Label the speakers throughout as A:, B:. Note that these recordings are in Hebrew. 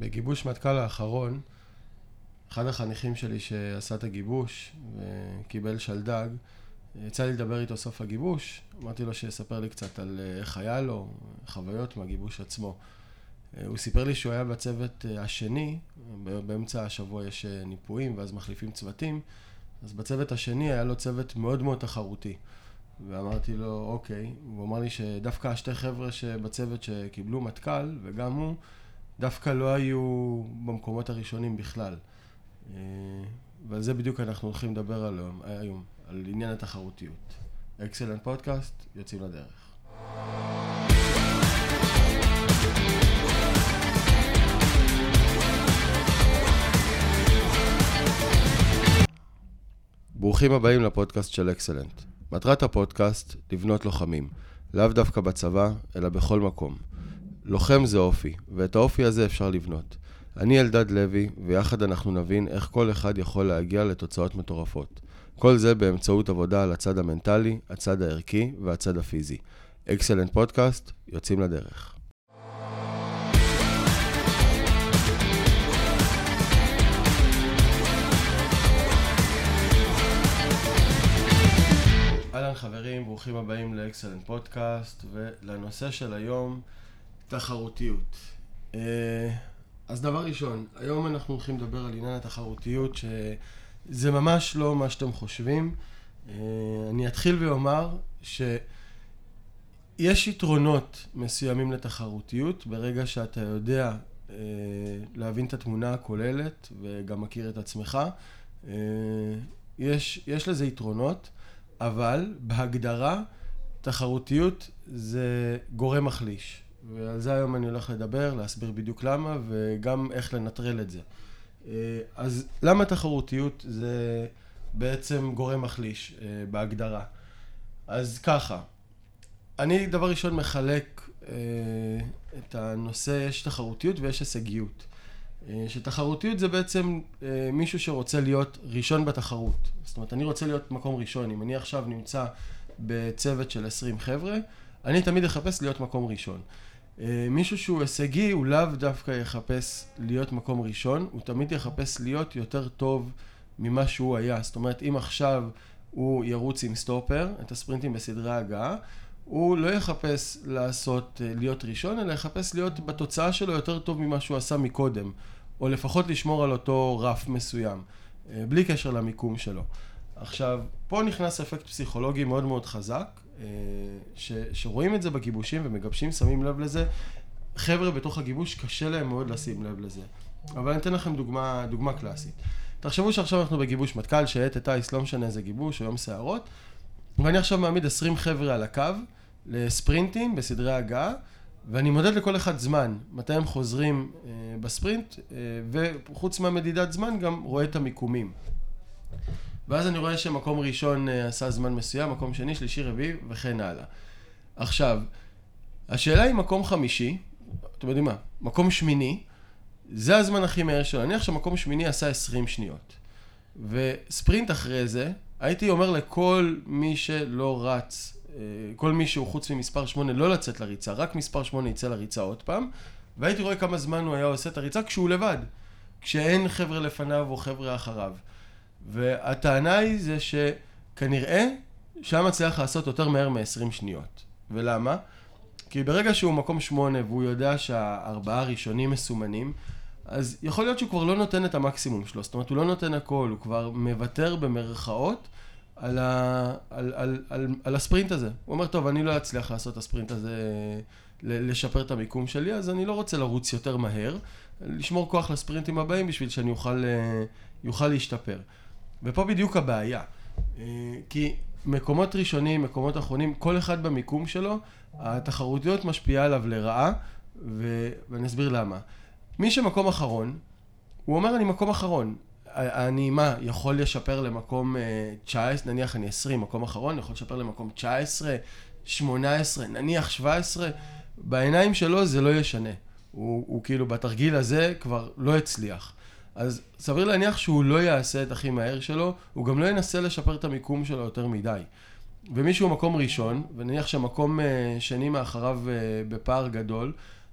A: בגיבוש מטכ"ל האחרון, אחד החניכים שלי שעשה את הגיבוש וקיבל שלדג, יצא לי לדבר איתו סוף הגיבוש, אמרתי לו שיספר לי קצת על איך היה לו, חוויות מהגיבוש עצמו. הוא סיפר לי שהוא היה בצוות השני, באמצע השבוע יש ניפויים ואז מחליפים צוותים, אז בצוות השני היה לו צוות מאוד מאוד תחרותי. ואמרתי לו, אוקיי, הוא אמר לי שדווקא השתי חבר'ה שבצוות שקיבלו מטכ"ל, וגם הוא, דווקא לא היו במקומות הראשונים בכלל. ועל זה בדיוק אנחנו הולכים לדבר היום, על עניין התחרותיות. אקסלנט פודקאסט, יוצאים לדרך. ברוכים הבאים לפודקאסט של אקסלנט. מטרת הפודקאסט, לבנות לוחמים. לאו דווקא בצבא, אלא בכל מקום. לוחם זה אופי, ואת האופי הזה אפשר לבנות. אני אלדד לוי, ויחד אנחנו נבין איך כל אחד יכול להגיע לתוצאות מטורפות. כל זה באמצעות עבודה על הצד המנטלי, הצד הערכי והצד הפיזי. אקסלנט פודקאסט, יוצאים לדרך. אהלן חברים, ברוכים הבאים לאקסלנט פודקאסט, ולנושא של היום, תחרותיות. אז דבר ראשון, היום אנחנו הולכים לדבר על עניין התחרותיות, שזה ממש לא מה שאתם חושבים. אני אתחיל ואומר שיש יתרונות מסוימים לתחרותיות, ברגע שאתה יודע להבין את התמונה הכוללת וגם מכיר את עצמך. יש לזה יתרונות, אבל בהגדרה תחרותיות זה גורם מחליש. ועל זה היום אני הולך לדבר, להסביר בדיוק למה וגם איך לנטרל את זה. אז למה תחרותיות זה בעצם גורם מחליש בהגדרה? אז ככה, אני דבר ראשון מחלק את הנושא, יש תחרותיות ויש הישגיות. שתחרותיות זה בעצם מישהו שרוצה להיות ראשון בתחרות. זאת אומרת, אני רוצה להיות מקום ראשון. אם אני עכשיו נמצא בצוות של 20 חבר'ה, אני תמיד אחפש להיות מקום ראשון. מישהו שהוא הישגי, הוא לאו דווקא יחפש להיות מקום ראשון, הוא תמיד יחפש להיות יותר טוב ממה שהוא היה. זאת אומרת, אם עכשיו הוא ירוץ עם סטופר, את הספרינטים בסדרי ההגעה, הוא לא יחפש להיות ראשון, אלא יחפש להיות בתוצאה שלו יותר טוב ממה שהוא עשה מקודם, או לפחות לשמור על אותו רף מסוים, בלי קשר למיקום שלו. עכשיו, פה נכנס אפקט פסיכולוגי מאוד מאוד חזק, שרואים את זה בגיבושים ומגבשים, שמים לב לזה. חבר'ה בתוך הגיבוש קשה להם מאוד לשים לב לזה. אבל אני אתן לכם דוגמה קלאסית. תחשבו שעכשיו אנחנו בגיבוש מטכ"ל, שעת טייס, לא משנה איזה גיבוש או יום שערות, ואני עכשיו מעמיד 20 חבר'ה על הקו לספרינטים בסדרי ההגעה, ואני מודד לכל אחד זמן, מתי הם חוזרים בספרינט, וחוץ מהמדידת זמן גם רואה את המיקומים. ואז אני רואה שמקום ראשון עשה זמן מסוים, מקום שני, שלישי, רביעי וכן הלאה. עכשיו, השאלה היא מקום חמישי, אתם יודעים מה, מקום שמיני, זה הזמן הכי מהר שלו. אני עכשיו מקום שמיני עשה 20 שניות. וספרינט אחרי זה, הייתי אומר לכל מי שלא רץ, כל מי שהוא חוץ ממספר 8 לא לצאת לריצה, רק מספר 8 יצא לריצה עוד פעם, והייתי רואה כמה זמן הוא היה עושה את הריצה כשהוא לבד, כשאין חבר'ה לפניו או חבר'ה אחריו. והטענה היא זה שכנראה שם מצליח לעשות יותר מהר מ-20 שניות. ולמה? כי ברגע שהוא מקום 8 והוא יודע שהארבעה הראשונים מסומנים, אז יכול להיות שהוא כבר לא נותן את המקסימום שלו, זאת אומרת הוא לא נותן הכל, הוא כבר מוותר במרכאות על הספרינט הזה. הוא אומר, טוב, אני לא אצליח לעשות את הספרינט הזה, לשפר את המיקום שלי, אז אני לא רוצה לרוץ יותר מהר, לשמור כוח לספרינטים הבאים בשביל שאני יוכל להשתפר. ופה בדיוק הבעיה, כי מקומות ראשונים, מקומות אחרונים, כל אחד במיקום שלו, התחרותיות משפיעה עליו לרעה, ואני אסביר למה. מי שמקום אחרון, הוא אומר, אני מקום אחרון. אני יכול לשפר למקום 19, נניח אני 20, מקום אחרון, יכול לשפר למקום 19, 18, נניח 17, בעיניים שלו זה לא ישנה. הוא כאילו בתרגיל הזה כבר לא הצליח. אז סביר להניח שהוא לא יעשה את הכי מהר שלו, הוא גם לא ינסה לשפר את המיקום שלו יותר מדי. ומישהו מקום ראשון, ונניח שמקום שני מאחריו בפער גדול,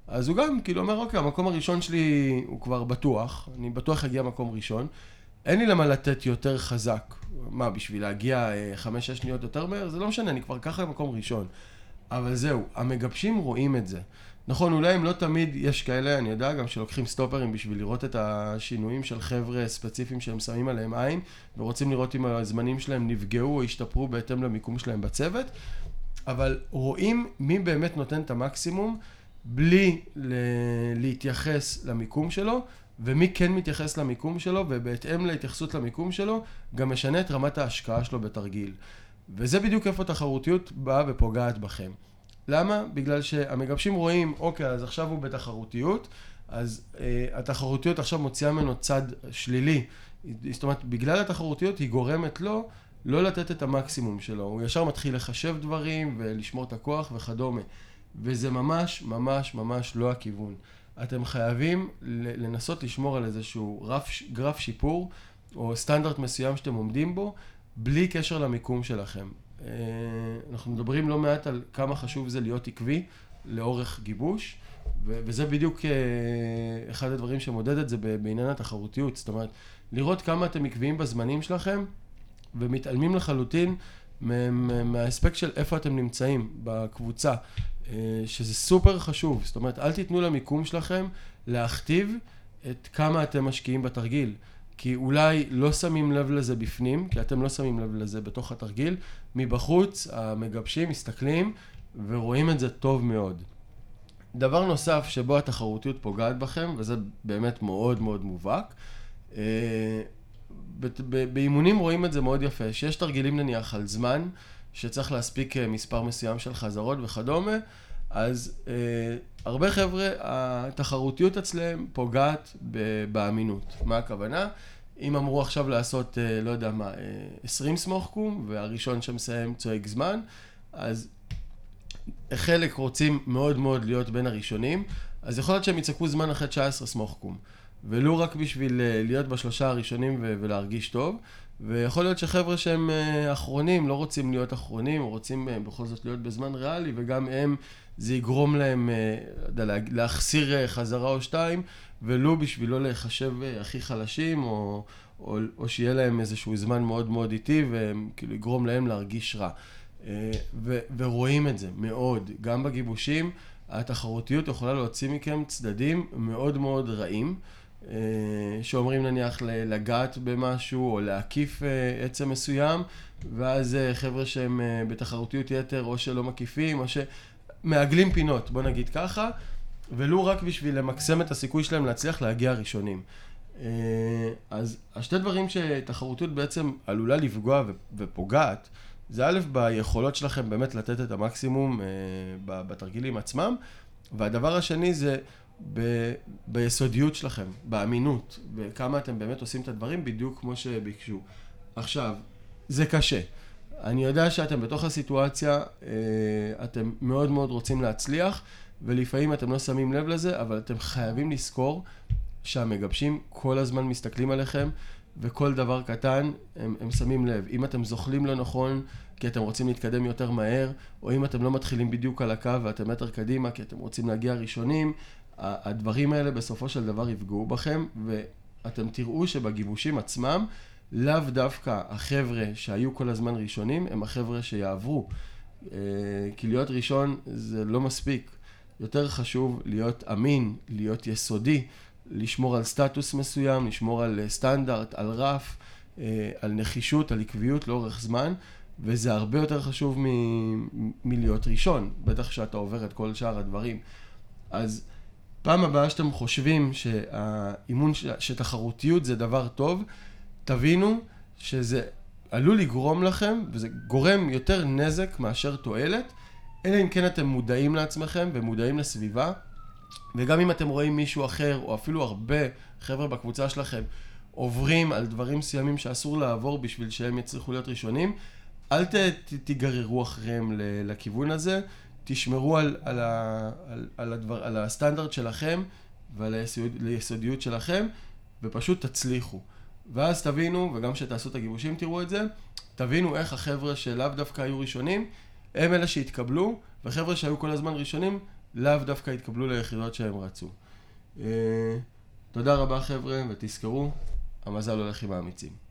A: אז הוא גם כאילו אומר, אוקיי, המקום הראשון שלי הוא כבר בטוח, אני בטוח אגיע מקום ראשון, אין לי למה לתת יותר חזק. מה, בשביל להגיע 5-6 שניות יותר מהר? זה לא משנה, אני כבר ככה במקום ראשון. אבל זהו, המגבשים רואים את זה. נכון, אולי הם לא תמיד, יש כאלה, אני יודע גם שלוקחים סטופרים בשביל לראות את השינויים של חבר'ה ספציפיים שהם שמים עליהם עין, ורוצים לראות אם הזמנים שלהם נפגעו או השתפרו בהתאם למיקום שלהם בצוות, אבל רואים מי באמת נותן את המקסימום, בלי להתייחס למיקום שלו, ומי כן מתייחס למיקום שלו, ובהתאם להתייחסות למיקום שלו, גם משנה את רמת ההשקעה שלו בתרגיל. וזה בדיוק איפה תחרותיות באה ופוגעת בכם. למה? בגלל שהמגבשים רואים, אוקיי, אז עכשיו הוא בתחרותיות, אז התחרותיות עכשיו מוציאה ממנו צד שלילי. זאת אומרת, בגלל התחרותיות היא גורמת לו לא לתת את המקסימום שלו. הוא ישר מתחיל לחשב דברים ולשמור את הכוח וכדומה. וזה ממש ממש ממש לא הכיוון. אתם חייבים לנסות לשמור על איזשהו גרף שיפור, או סטנדרט מסוים שאתם עומדים בו, בלי קשר למיקום שלכם. אנחנו מדברים לא מעט על כמה חשוב זה להיות עקבי לאורך גיבוש, וזה בדיוק אחד הדברים שמודד את זה בעניין התחרותיות. זאת אומרת, לראות כמה אתם עקביים בזמנים שלכם, ומתעלמים לחלוטין מהאספקט של איפה אתם נמצאים בקבוצה, שזה סופר חשוב. זאת אומרת, אל תיתנו למיקום שלכם להכתיב את כמה אתם משקיעים בתרגיל. כי אולי לא שמים לב לזה בפנים, כי אתם לא שמים לב לזה בתוך התרגיל. מבחוץ המגבשים מסתכלים ורואים את זה טוב מאוד. דבר נוסף שבו התחרותיות פוגעת בכם, וזה באמת מאוד מאוד מובהק, באימונים רואים את זה מאוד יפה, שיש תרגילים נניח על זמן, שצריך להספיק מספר מסוים של חזרות וכדומה, אז הרבה חבר'ה, התחרותיות אצלם פוגעת באמינות. מה הכוונה? אם אמרו עכשיו לעשות, לא יודע מה, 20 סמוך קום, והראשון שמסיים צועק זמן, אז חלק רוצים מאוד מאוד להיות בין הראשונים, אז יכול להיות שהם יצעקו זמן אחרי 19 סמוך קום, ולא רק בשביל להיות בשלושה הראשונים ולהרגיש טוב, ויכול להיות שחבר'ה שהם אחרונים, לא רוצים להיות אחרונים, או רוצים בכל זאת להיות בזמן ריאלי, וגם הם, זה יגרום להם להחסיר חזרה או שתיים, ולא בשביל לא לחשב הכי חלשים, או שיהיה להם איזשהו זמן מאוד מאוד איטי, וכאילו יגרום להם להרגיש רע. ורואים את זה מאוד, גם בגיבושים, התחרותיות יכולה להוציא מכם צדדים מאוד מאוד רעים, שאומרים נניח לגעת במשהו או להקיף עצם מסוים, ואז חבר'ה שהם בתחרותיות יתר או שלא מקיפים או שמעגלים פינות, בוא נגיד ככה, ולא רק בשביל למקסם את הסיכוי שלהם להצליח להגיע ראשונים. אז השתי דברים שתחרותיות בעצם עלולה לפגוע ופוגעת, זה א' ביכולות שלכם באמת לתת את המקסימום בתרגילים עצמם, והדבר השני זה ביסודיות שלכם, באמינות, וכמה אתם באמת עושים את הדברים בדיוק כמו שביקשו. עכשיו, זה קשה. אני יודע שאתם בתוך הסיטואציה, אתם מאוד מאוד רוצים להצליח, ולפעמים אתם לא שמים לב לזה, אבל אתם חייבים לזכור שהמגבשים כל הזמן מסתכלים עליכם, וכל דבר קטן הם שמים לב. אם אתם זוכלים לא נכון, כי אתם רוצים להתקדם יותר מהר, או אם אתם לא מתחילים בדיוק על הקו ואתם מטר קדימה, כי אתם רוצים להגיע ראשונים, הדברים האלה בסופו של דבר יפגעו בכם, ואתם תראו שבגיבושים עצמם, לאו דווקא החבר'ה שהיו כל הזמן ראשונים, הם החבר'ה שיעברו. כי להיות ראשון זה לא מספיק. יותר חשוב להיות אמין, להיות יסודי, לשמור על סטטוס מסוים, לשמור על סטנדרט, על רף, על נחישות, על עקביות לאורך זמן, וזה הרבה יותר חשוב מלהיות ראשון, בטח שאתה עובר את כל שאר הדברים. אז פעם הבאה שאתם חושבים שהאימון, שתחרותיות זה דבר טוב, תבינו שזה עלול לגרום לכם, וזה גורם יותר נזק מאשר תועלת, אלא אם כן אתם מודעים לעצמכם ומודעים לסביבה, וגם אם אתם רואים מישהו אחר, או אפילו הרבה חבר'ה בקבוצה שלכם, עוברים על דברים מסוימים שאסור לעבור בשביל שהם יצליחו להיות ראשונים, אל תיגררו אחריהם לכיוון הזה, תשמרו על הסטנדרט שלכם ועל היסודיות שלכם, ופשוט תצליחו. ואז תבינו, וגם שתעשו את הגיבושים תראו את זה, תבינו איך החבר'ה שלאו דווקא היו ראשונים, הם אלה שהתקבלו, וחבר'ה שהיו כל הזמן ראשונים, לאו דווקא יתקבלו ליחידות שהם רצו. תודה רבה חבר'ה, ותזכרו, המזל הולך עם האמיצים.